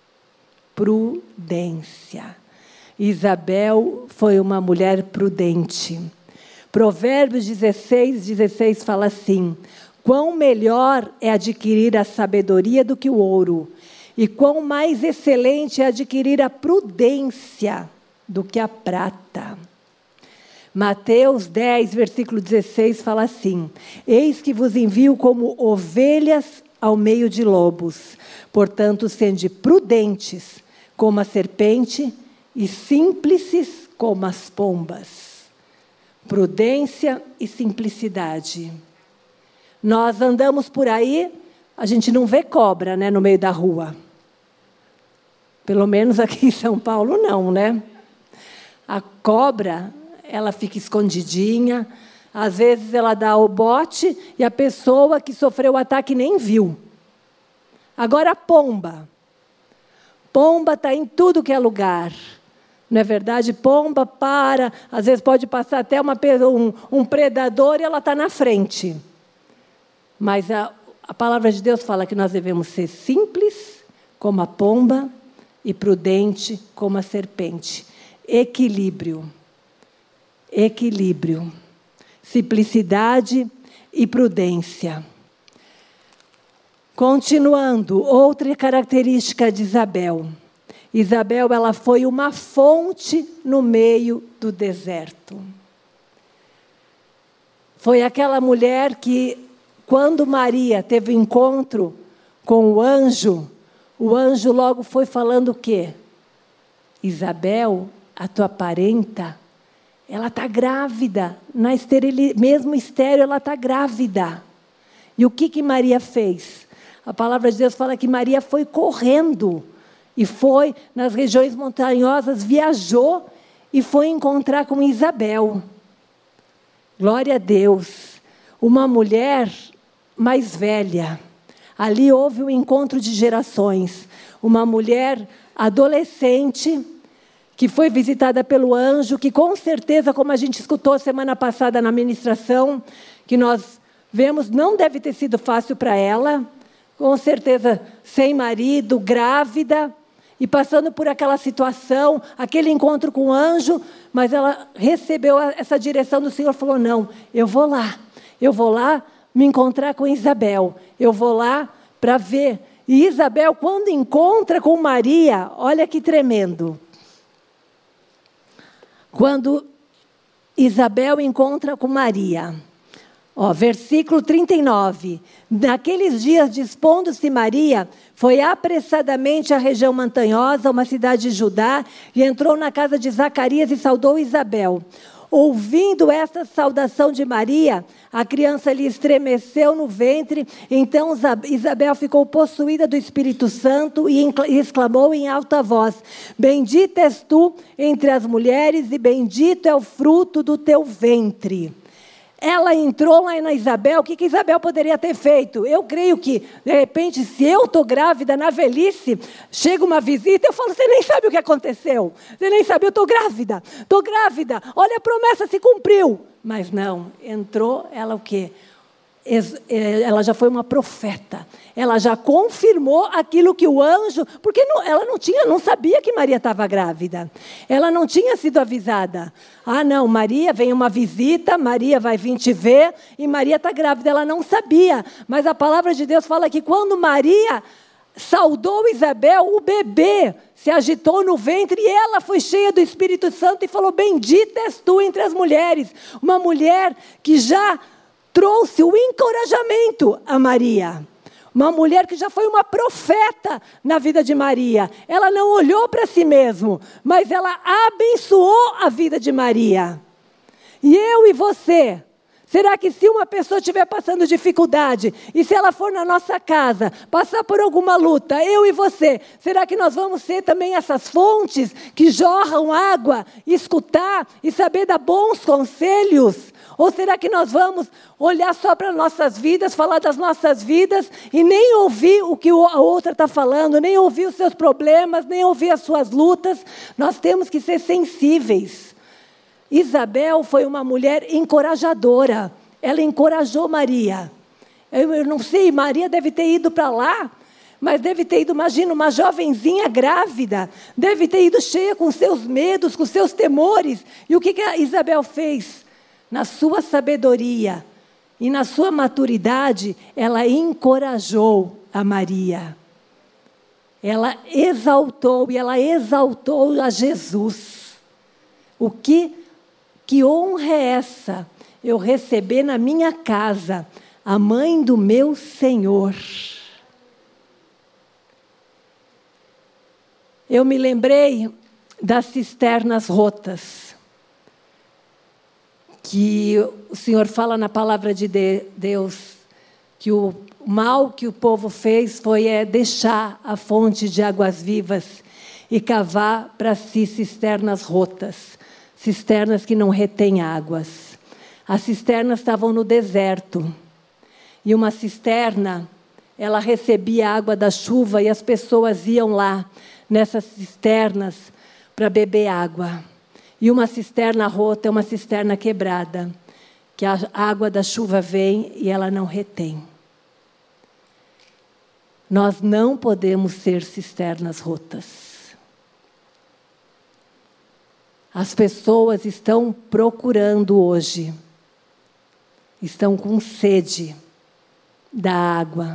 Prudência. Isabel foi uma mulher prudente. Provérbios 16 fala assim: quão melhor é adquirir a sabedoria do que o ouro, e quão mais excelente é adquirir a prudência do que a prata. Mateus 10, versículo 16, fala assim: eis que vos envio como ovelhas ao meio de lobos. Portanto, sede prudentes como a serpente e simples como as pombas. Prudência e simplicidade. Nós andamos por aí, a gente não vê cobra, né, no meio da rua. Pelo menos aqui em São Paulo, não, né? A cobra, ela fica escondidinha, às vezes ela dá o bote e a pessoa que sofreu o ataque nem viu. Agora a pomba. Pomba está em tudo que é lugar. Não é verdade? Pomba para, às vezes pode passar até um predador e ela está na frente. Mas a palavra de Deus fala que nós devemos ser simples como a pomba e prudente como a serpente. Equilíbrio. Equilíbrio. Simplicidade e prudência. Continuando, outra característica de Isabel. Isabel, ela foi uma fonte no meio do deserto. Foi aquela mulher que, quando Maria teve um encontro com o anjo logo foi falando o quê? Isabel, a tua parenta, ela está grávida, mesmo estéril, ela está grávida. E o que Maria fez? A palavra de Deus fala que Maria foi correndo, e foi nas regiões montanhosas, viajou, e foi encontrar com Isabel. Glória a Deus. Uma mulher mais velha. Ali houve um encontro de gerações. Uma mulher adolescente, que foi visitada pelo anjo, que com certeza, como a gente escutou semana passada na ministração, que nós vemos, não deve ter sido fácil para ela, com certeza sem marido, grávida, e passando por aquela situação, aquele encontro com o anjo, mas ela recebeu essa direção do Senhor, falou, não, eu vou lá me encontrar com Isabel, eu vou lá para ver. E Isabel, quando encontra com Maria, olha que tremendo. Quando Isabel encontra com Maria, versículo 39. Naqueles dias, dispondo-se Maria, foi apressadamente à região montanhosa, uma cidade de Judá, e entrou na casa de Zacarias e saudou Isabel. Ouvindo esta saudação de Maria, a criança lhe estremeceu no ventre, então Isabel ficou possuída do Espírito Santo e exclamou em alta voz, bendita és tu entre as mulheres e bendito é o fruto do teu ventre. ela entrou lá na Isabel, o que Isabel poderia ter feito? Eu creio que, de repente, se eu estou grávida na velhice, chega uma visita, eu falo, você nem sabe o que aconteceu. Você nem sabe, eu estou grávida, olha, a promessa se cumpriu. Mas não, entrou ela o quê? Ela já foi uma profeta, ela já confirmou aquilo que o anjo, porque ela não sabia que Maria estava grávida, ela não tinha sido avisada. Não, Maria, vem uma visita, Maria vai vir te ver, e Maria está grávida, ela não sabia, mas a palavra de Deus fala que quando Maria saudou Isabel, o bebê se agitou no ventre, e ela foi cheia do Espírito Santo, e falou, bendita és tu entre as mulheres, uma mulher que já trouxe o encorajamento a Maria. Uma mulher que já foi uma profeta na vida de Maria. Ela não olhou para si mesma, mas ela abençoou a vida de Maria. E eu e você, será que se uma pessoa estiver passando dificuldade, e se ela for na nossa casa, passar por alguma luta, eu e você, será que nós vamos ser também essas fontes que jorram água, escutar e saber dar bons conselhos? Ou será que nós vamos olhar só para nossas vidas, falar das nossas vidas e nem ouvir o que a outra está falando, nem ouvir os seus problemas, nem ouvir as suas lutas? Nós temos que ser sensíveis. Isabel foi uma mulher encorajadora. Ela encorajou Maria. Eu não sei, Maria deve ter ido para lá, mas deve ter ido, imagina, uma jovenzinha grávida, deve ter ido cheia com seus medos, com seus temores. E o que a Isabel fez? Na sua sabedoria e na sua maturidade, ela encorajou a Maria. Ela exaltou, e ela exaltou a Jesus. Que honra é essa? Eu receber na minha casa a mãe do meu Senhor. Eu me lembrei das cisternas rotas, que o Senhor fala na palavra de Deus, que o mal que o povo fez foi deixar a fonte de águas vivas e cavar para si cisternas rotas, cisternas que não retêm águas. As cisternas estavam no deserto, e uma cisterna, ela recebia a água da chuva, e as pessoas iam lá, nessas cisternas, para beber água. E uma cisterna rota é uma cisterna quebrada, que a água da chuva vem e ela não retém. Nós não podemos ser cisternas rotas. As pessoas estão procurando hoje, estão com sede da água,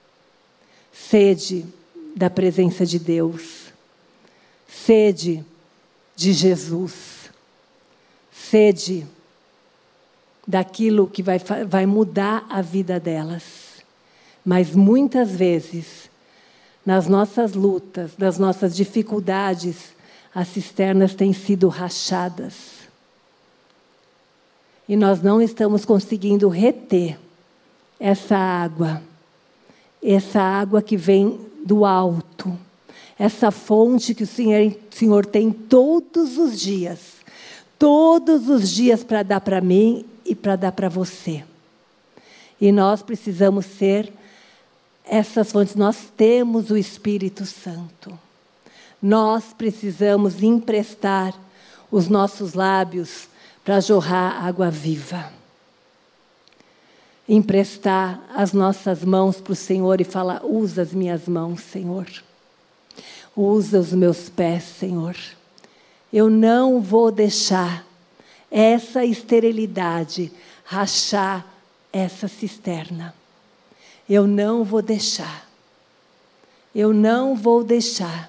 sede da presença de Deus, sede de Jesus, sede daquilo que vai mudar a vida delas. Mas muitas vezes, nas nossas lutas, nas nossas dificuldades, as cisternas têm sido rachadas. E nós não estamos conseguindo reter essa água que vem do alto, essa fonte que o Senhor tem todos os dias para dar para mim e para dar para você. E nós precisamos ser essas fontes. Nós temos o Espírito Santo. Nós precisamos emprestar os nossos lábios para jorrar água viva. Emprestar as nossas mãos para o Senhor e falar, usa as minhas mãos, Senhor. Usa os meus pés, Senhor. Eu não vou deixar essa esterilidade rachar essa cisterna. Eu não vou deixar. Eu não vou deixar.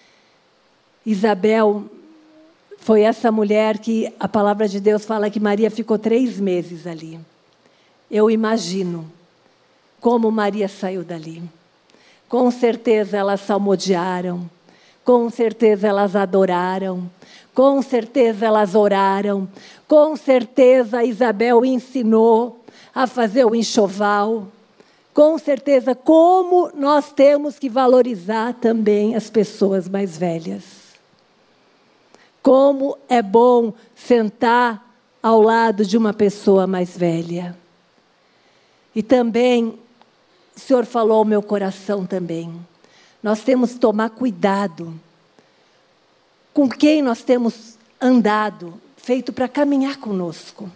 Isabel foi essa mulher que a palavra de Deus fala que Maria ficou 3 meses ali. Eu imagino como Maria saiu dali. Com certeza elas salmodiaram, com certeza elas adoraram, com certeza elas oraram, com certeza Isabel ensinou a fazer o enxoval. Com certeza, como nós temos que valorizar também as pessoas mais velhas. Como é bom sentar ao lado de uma pessoa mais velha. E também, o Senhor falou ao meu coração também, nós temos que tomar cuidado com quem nós temos andado, feito para caminhar conosco.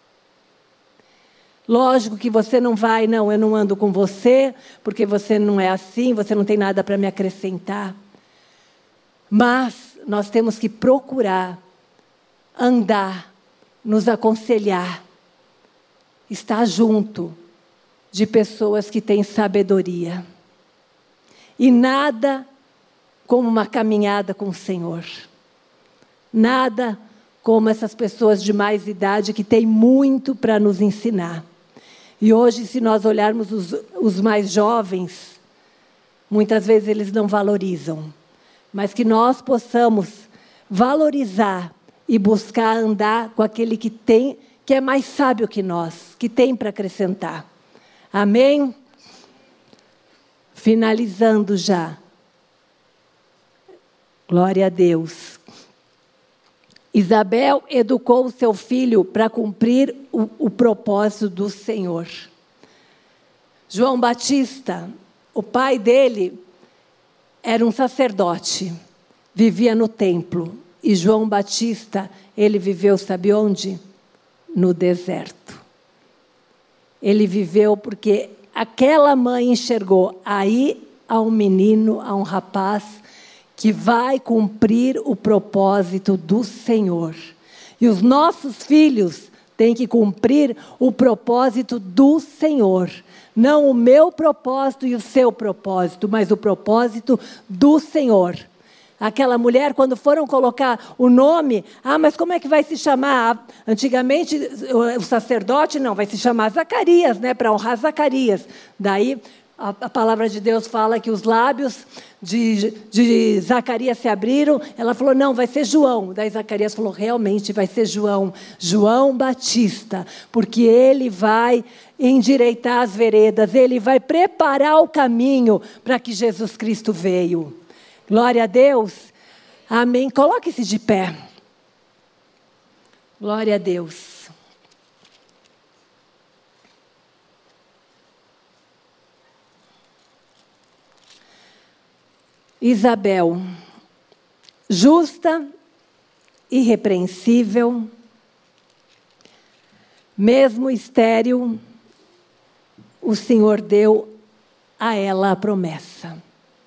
Lógico que você não vai, não, eu não ando com você, porque você não é assim, você não tem nada para me acrescentar. Mas nós temos que procurar andar, nos aconselhar, estar junto de pessoas que têm sabedoria. E nada como uma caminhada com o Senhor. Nada como essas pessoas de mais idade que têm muito para nos ensinar. E hoje, se nós olharmos os mais jovens, muitas vezes eles não valorizam. Mas que nós possamos valorizar e buscar andar com aquele que é mais sábio que nós, que tem para acrescentar. Amém? Finalizando já. Glória a Deus. Isabel educou o seu filho para cumprir o propósito do Senhor. João Batista, o pai dele, era um sacerdote, vivia no templo. E João Batista, ele viveu, sabe onde? No deserto. Ele viveu porque aquela mãe enxergou, aí há um menino, há um rapaz que vai cumprir o propósito do Senhor. E os nossos filhos têm que cumprir o propósito do Senhor. Não o meu propósito e o seu propósito, mas o propósito do Senhor. Aquela mulher, quando foram colocar o nome, mas como é que vai se chamar? Antigamente, o sacerdote, não, vai se chamar Zacarias, né, para honrar Zacarias. Daí, a palavra de Deus fala que os lábios de Zacarias se abriram. Ela falou, não, vai ser João. Daí Zacarias falou, realmente vai ser João. João Batista, porque ele vai endireitar as veredas, ele vai preparar o caminho para que Jesus Cristo veio. Glória a Deus. Amém. Coloque-se de pé. Glória a Deus. Isabel, justa, irrepreensível, mesmo estéril, o Senhor deu a ela a promessa.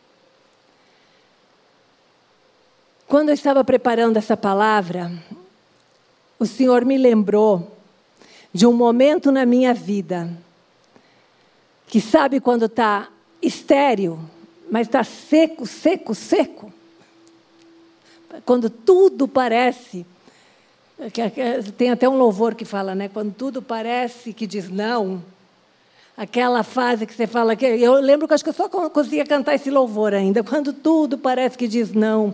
Quando eu estava preparando essa palavra, o Senhor me lembrou de um momento na minha vida, que sabe quando está estéril, mas está seco, seco, seco. Quando tudo parece, tem até um louvor que fala, né? Quando tudo parece que diz não, aquela fase que você fala, eu lembro que acho que eu só conseguia cantar esse louvor ainda, quando tudo parece que diz não.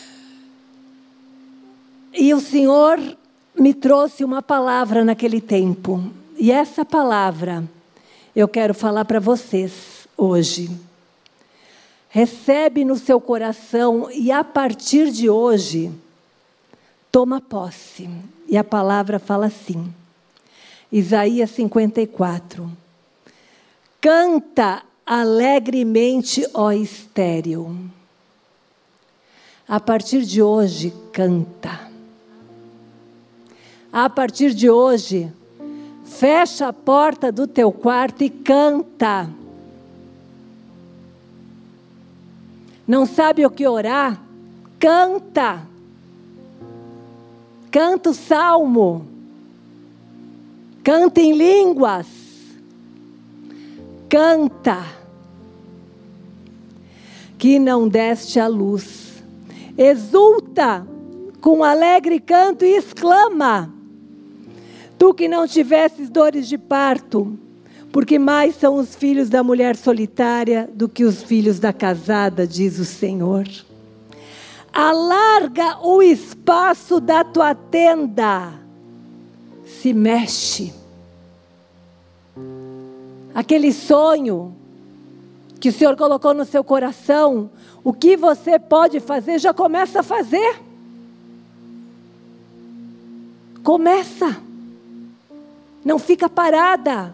E o Senhor me trouxe uma palavra naquele tempo, e essa palavra eu quero falar para vocês hoje. Recebe no seu coração e a partir de hoje, toma posse. E a palavra fala assim, Isaías 54. Canta alegremente, ó estéril. A partir de hoje, canta. A partir de hoje, fecha a porta do teu quarto e canta. Não sabe o que orar? Canta. Canta o salmo. Canta em línguas. Canta. Que não deste a luz. Exulta com alegre canto e exclama. Tu que não tivesses dores de parto, porque mais são os filhos da mulher solitária do que os filhos da casada, diz o Senhor. Alarga o espaço da tua tenda. Se mexe. Aquele sonho que o Senhor colocou no seu coração, o que você pode fazer, já começa a fazer. Começa. Não fica parada.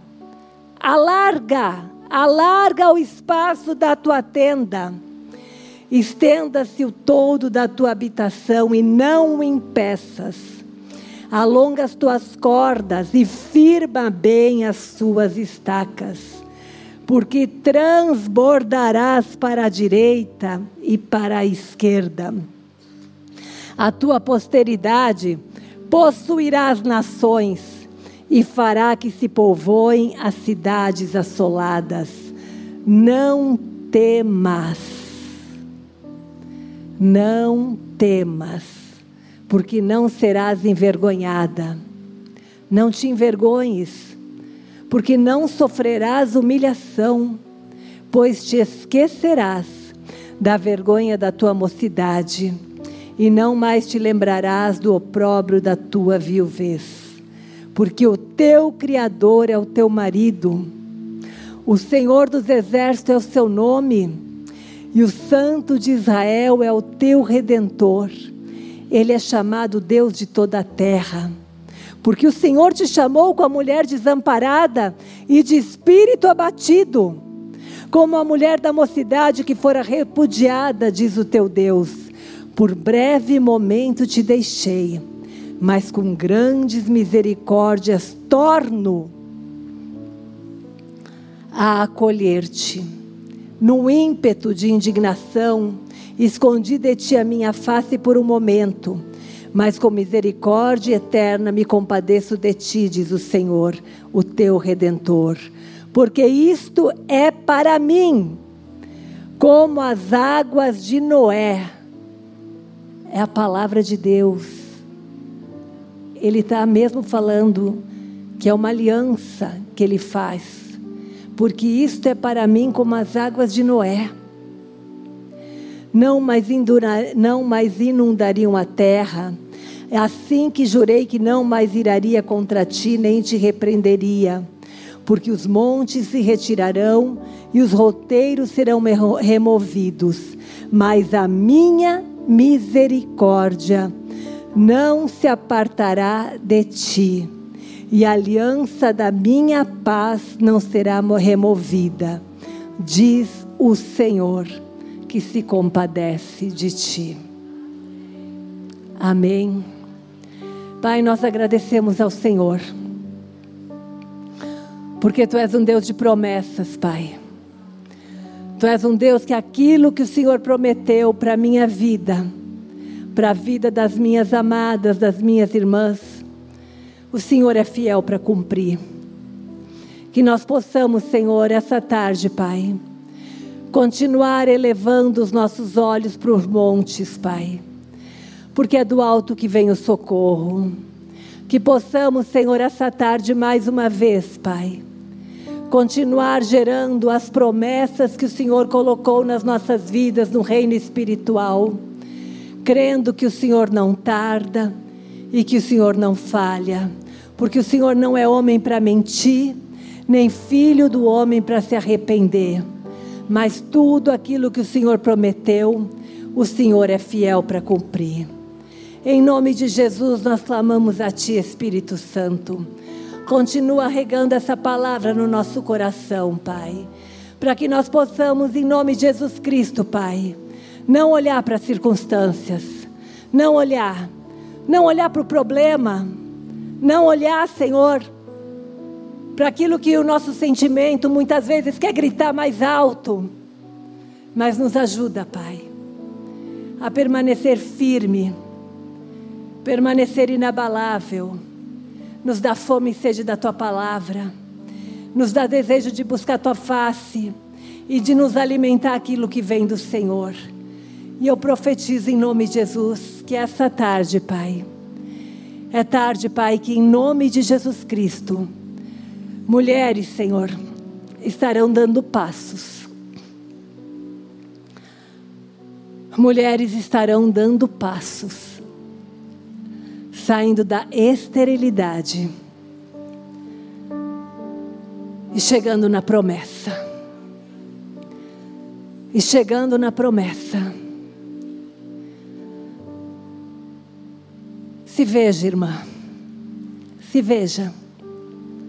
Alarga o espaço da tua tenda. Estenda-se o todo da tua habitação e não o impeças. Alonga as tuas cordas e firma bem as suas estacas, porque transbordarás para a direita e para a esquerda. A tua posteridade possuirá as nações e fará que se povoem as cidades assoladas. Não temas, porque não serás envergonhada. Não te envergonhes, porque não sofrerás humilhação, pois te esquecerás da vergonha da tua mocidade, e não mais te lembrarás do opróbrio da tua viuvez. Porque o teu Criador é o teu marido, o Senhor dos exércitos é o seu nome, e o Santo de Israel é o teu Redentor. Ele é chamado Deus de toda a terra. Porque o Senhor te chamou com a mulher desamparada e de espírito abatido, como a mulher da mocidade que fora repudiada, diz o teu Deus. Por breve momento te deixei, mas com grandes misericórdias torno a acolher-te. No ímpeto de indignação, escondi de ti a minha face por um momento, mas com misericórdia eterna me compadeço de ti, diz o Senhor, o teu Redentor. Porque isto é para mim, como as águas de Noé. É a palavra de Deus. Ele está mesmo falando que é uma aliança que ele faz. Porque isto é para mim como as águas de Noé. Não mais inundariam a terra. É assim que jurei que não mais iraria contra ti, nem te repreenderia. Porque os montes se retirarão e os roteiros serão removidos. Mas a minha misericórdia não se apartará de ti, e a aliança da minha paz não será removida, diz o Senhor, que se compadece de ti. Amém. Pai, nós agradecemos ao Senhor, porque Tu és um Deus de promessas, Pai. Tu és um Deus que aquilo que o Senhor prometeu para a minha vida, para a vida das minhas amadas, das minhas irmãs, o Senhor é fiel para cumprir. Que nós possamos, Senhor, essa tarde, Pai, continuar elevando os nossos olhos para os montes, Pai, porque é do alto que vem o socorro. Que possamos, Senhor, essa tarde mais uma vez, Pai, continuar gerando as promessas que o Senhor colocou nas nossas vidas no reino espiritual, crendo que o Senhor não tarda e que o Senhor não falha, porque o Senhor não é homem para mentir, nem filho do homem para se arrepender, mas tudo aquilo que o Senhor prometeu, o Senhor é fiel para cumprir. Em nome de Jesus nós clamamos a Ti, Espírito Santo. Continua regando essa palavra no nosso coração, Pai, para que nós possamos, em nome de Jesus Cristo, Pai, não olhar para as circunstâncias, não olhar para o problema, não olhar, Senhor, para aquilo que o nosso sentimento muitas vezes quer gritar mais alto, mas nos ajuda, Pai, a permanecer firme, permanecer inabalável. Nos dá fome e sede da Tua palavra, nos dá desejo de buscar a Tua face e de nos alimentar aquilo que vem do Senhor. E eu profetizo em nome de Jesus que essa tarde, Pai, é tarde, Pai, que em nome de Jesus Cristo, mulheres, Senhor, estarão dando passos. Mulheres estarão dando passos, saindo da esterilidade e chegando na promessa. E chegando na promessa. Se veja, irmã. Se veja.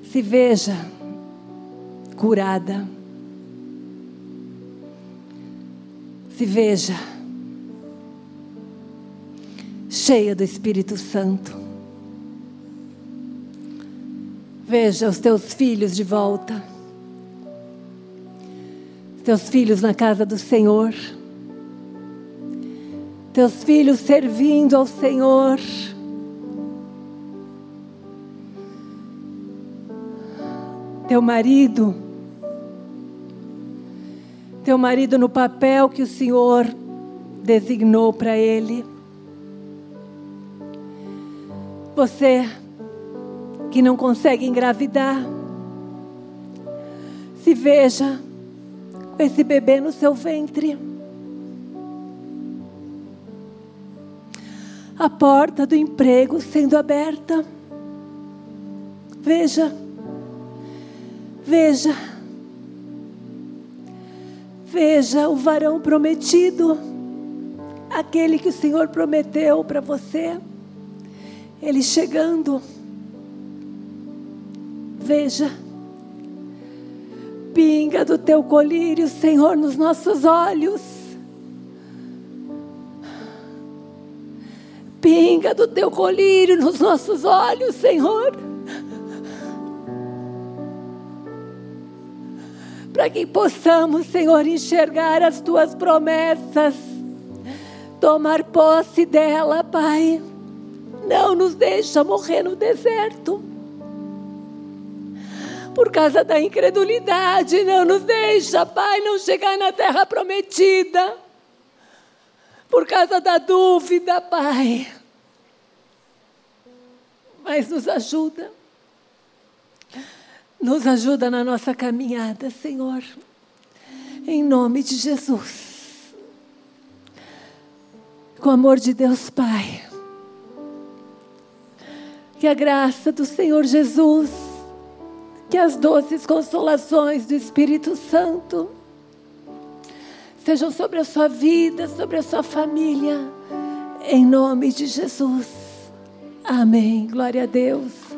se veja curada. Se veja cheia do Espírito Santo. Veja os teus filhos de volta. Teus filhos na casa do Senhor. Teus filhos servindo ao Senhor. Teu marido no papel que o Senhor designou para ele. Você que não consegue engravidar, se veja com esse bebê no seu ventre. A porta do emprego sendo aberta. Veja o varão prometido, aquele que o Senhor prometeu para você, ele chegando. Veja, pinga do teu colírio, Senhor, nos nossos olhos. Pinga do teu colírio nos nossos olhos, Senhor. Para que possamos, Senhor, enxergar as tuas promessas, tomar posse dela, Pai. Não nos deixa morrer no deserto. Por causa da incredulidade, não nos deixa, Pai, não chegar na terra prometida. Por causa da dúvida, Pai. Mas nos ajuda. Nos ajuda na nossa caminhada, Senhor. Em nome de Jesus. Com o amor de Deus, Pai. Que a graça do Senhor Jesus, que as doces consolações do Espírito Santo sejam sobre a sua vida, sobre a sua família, em nome de Jesus. Amém. Glória a Deus.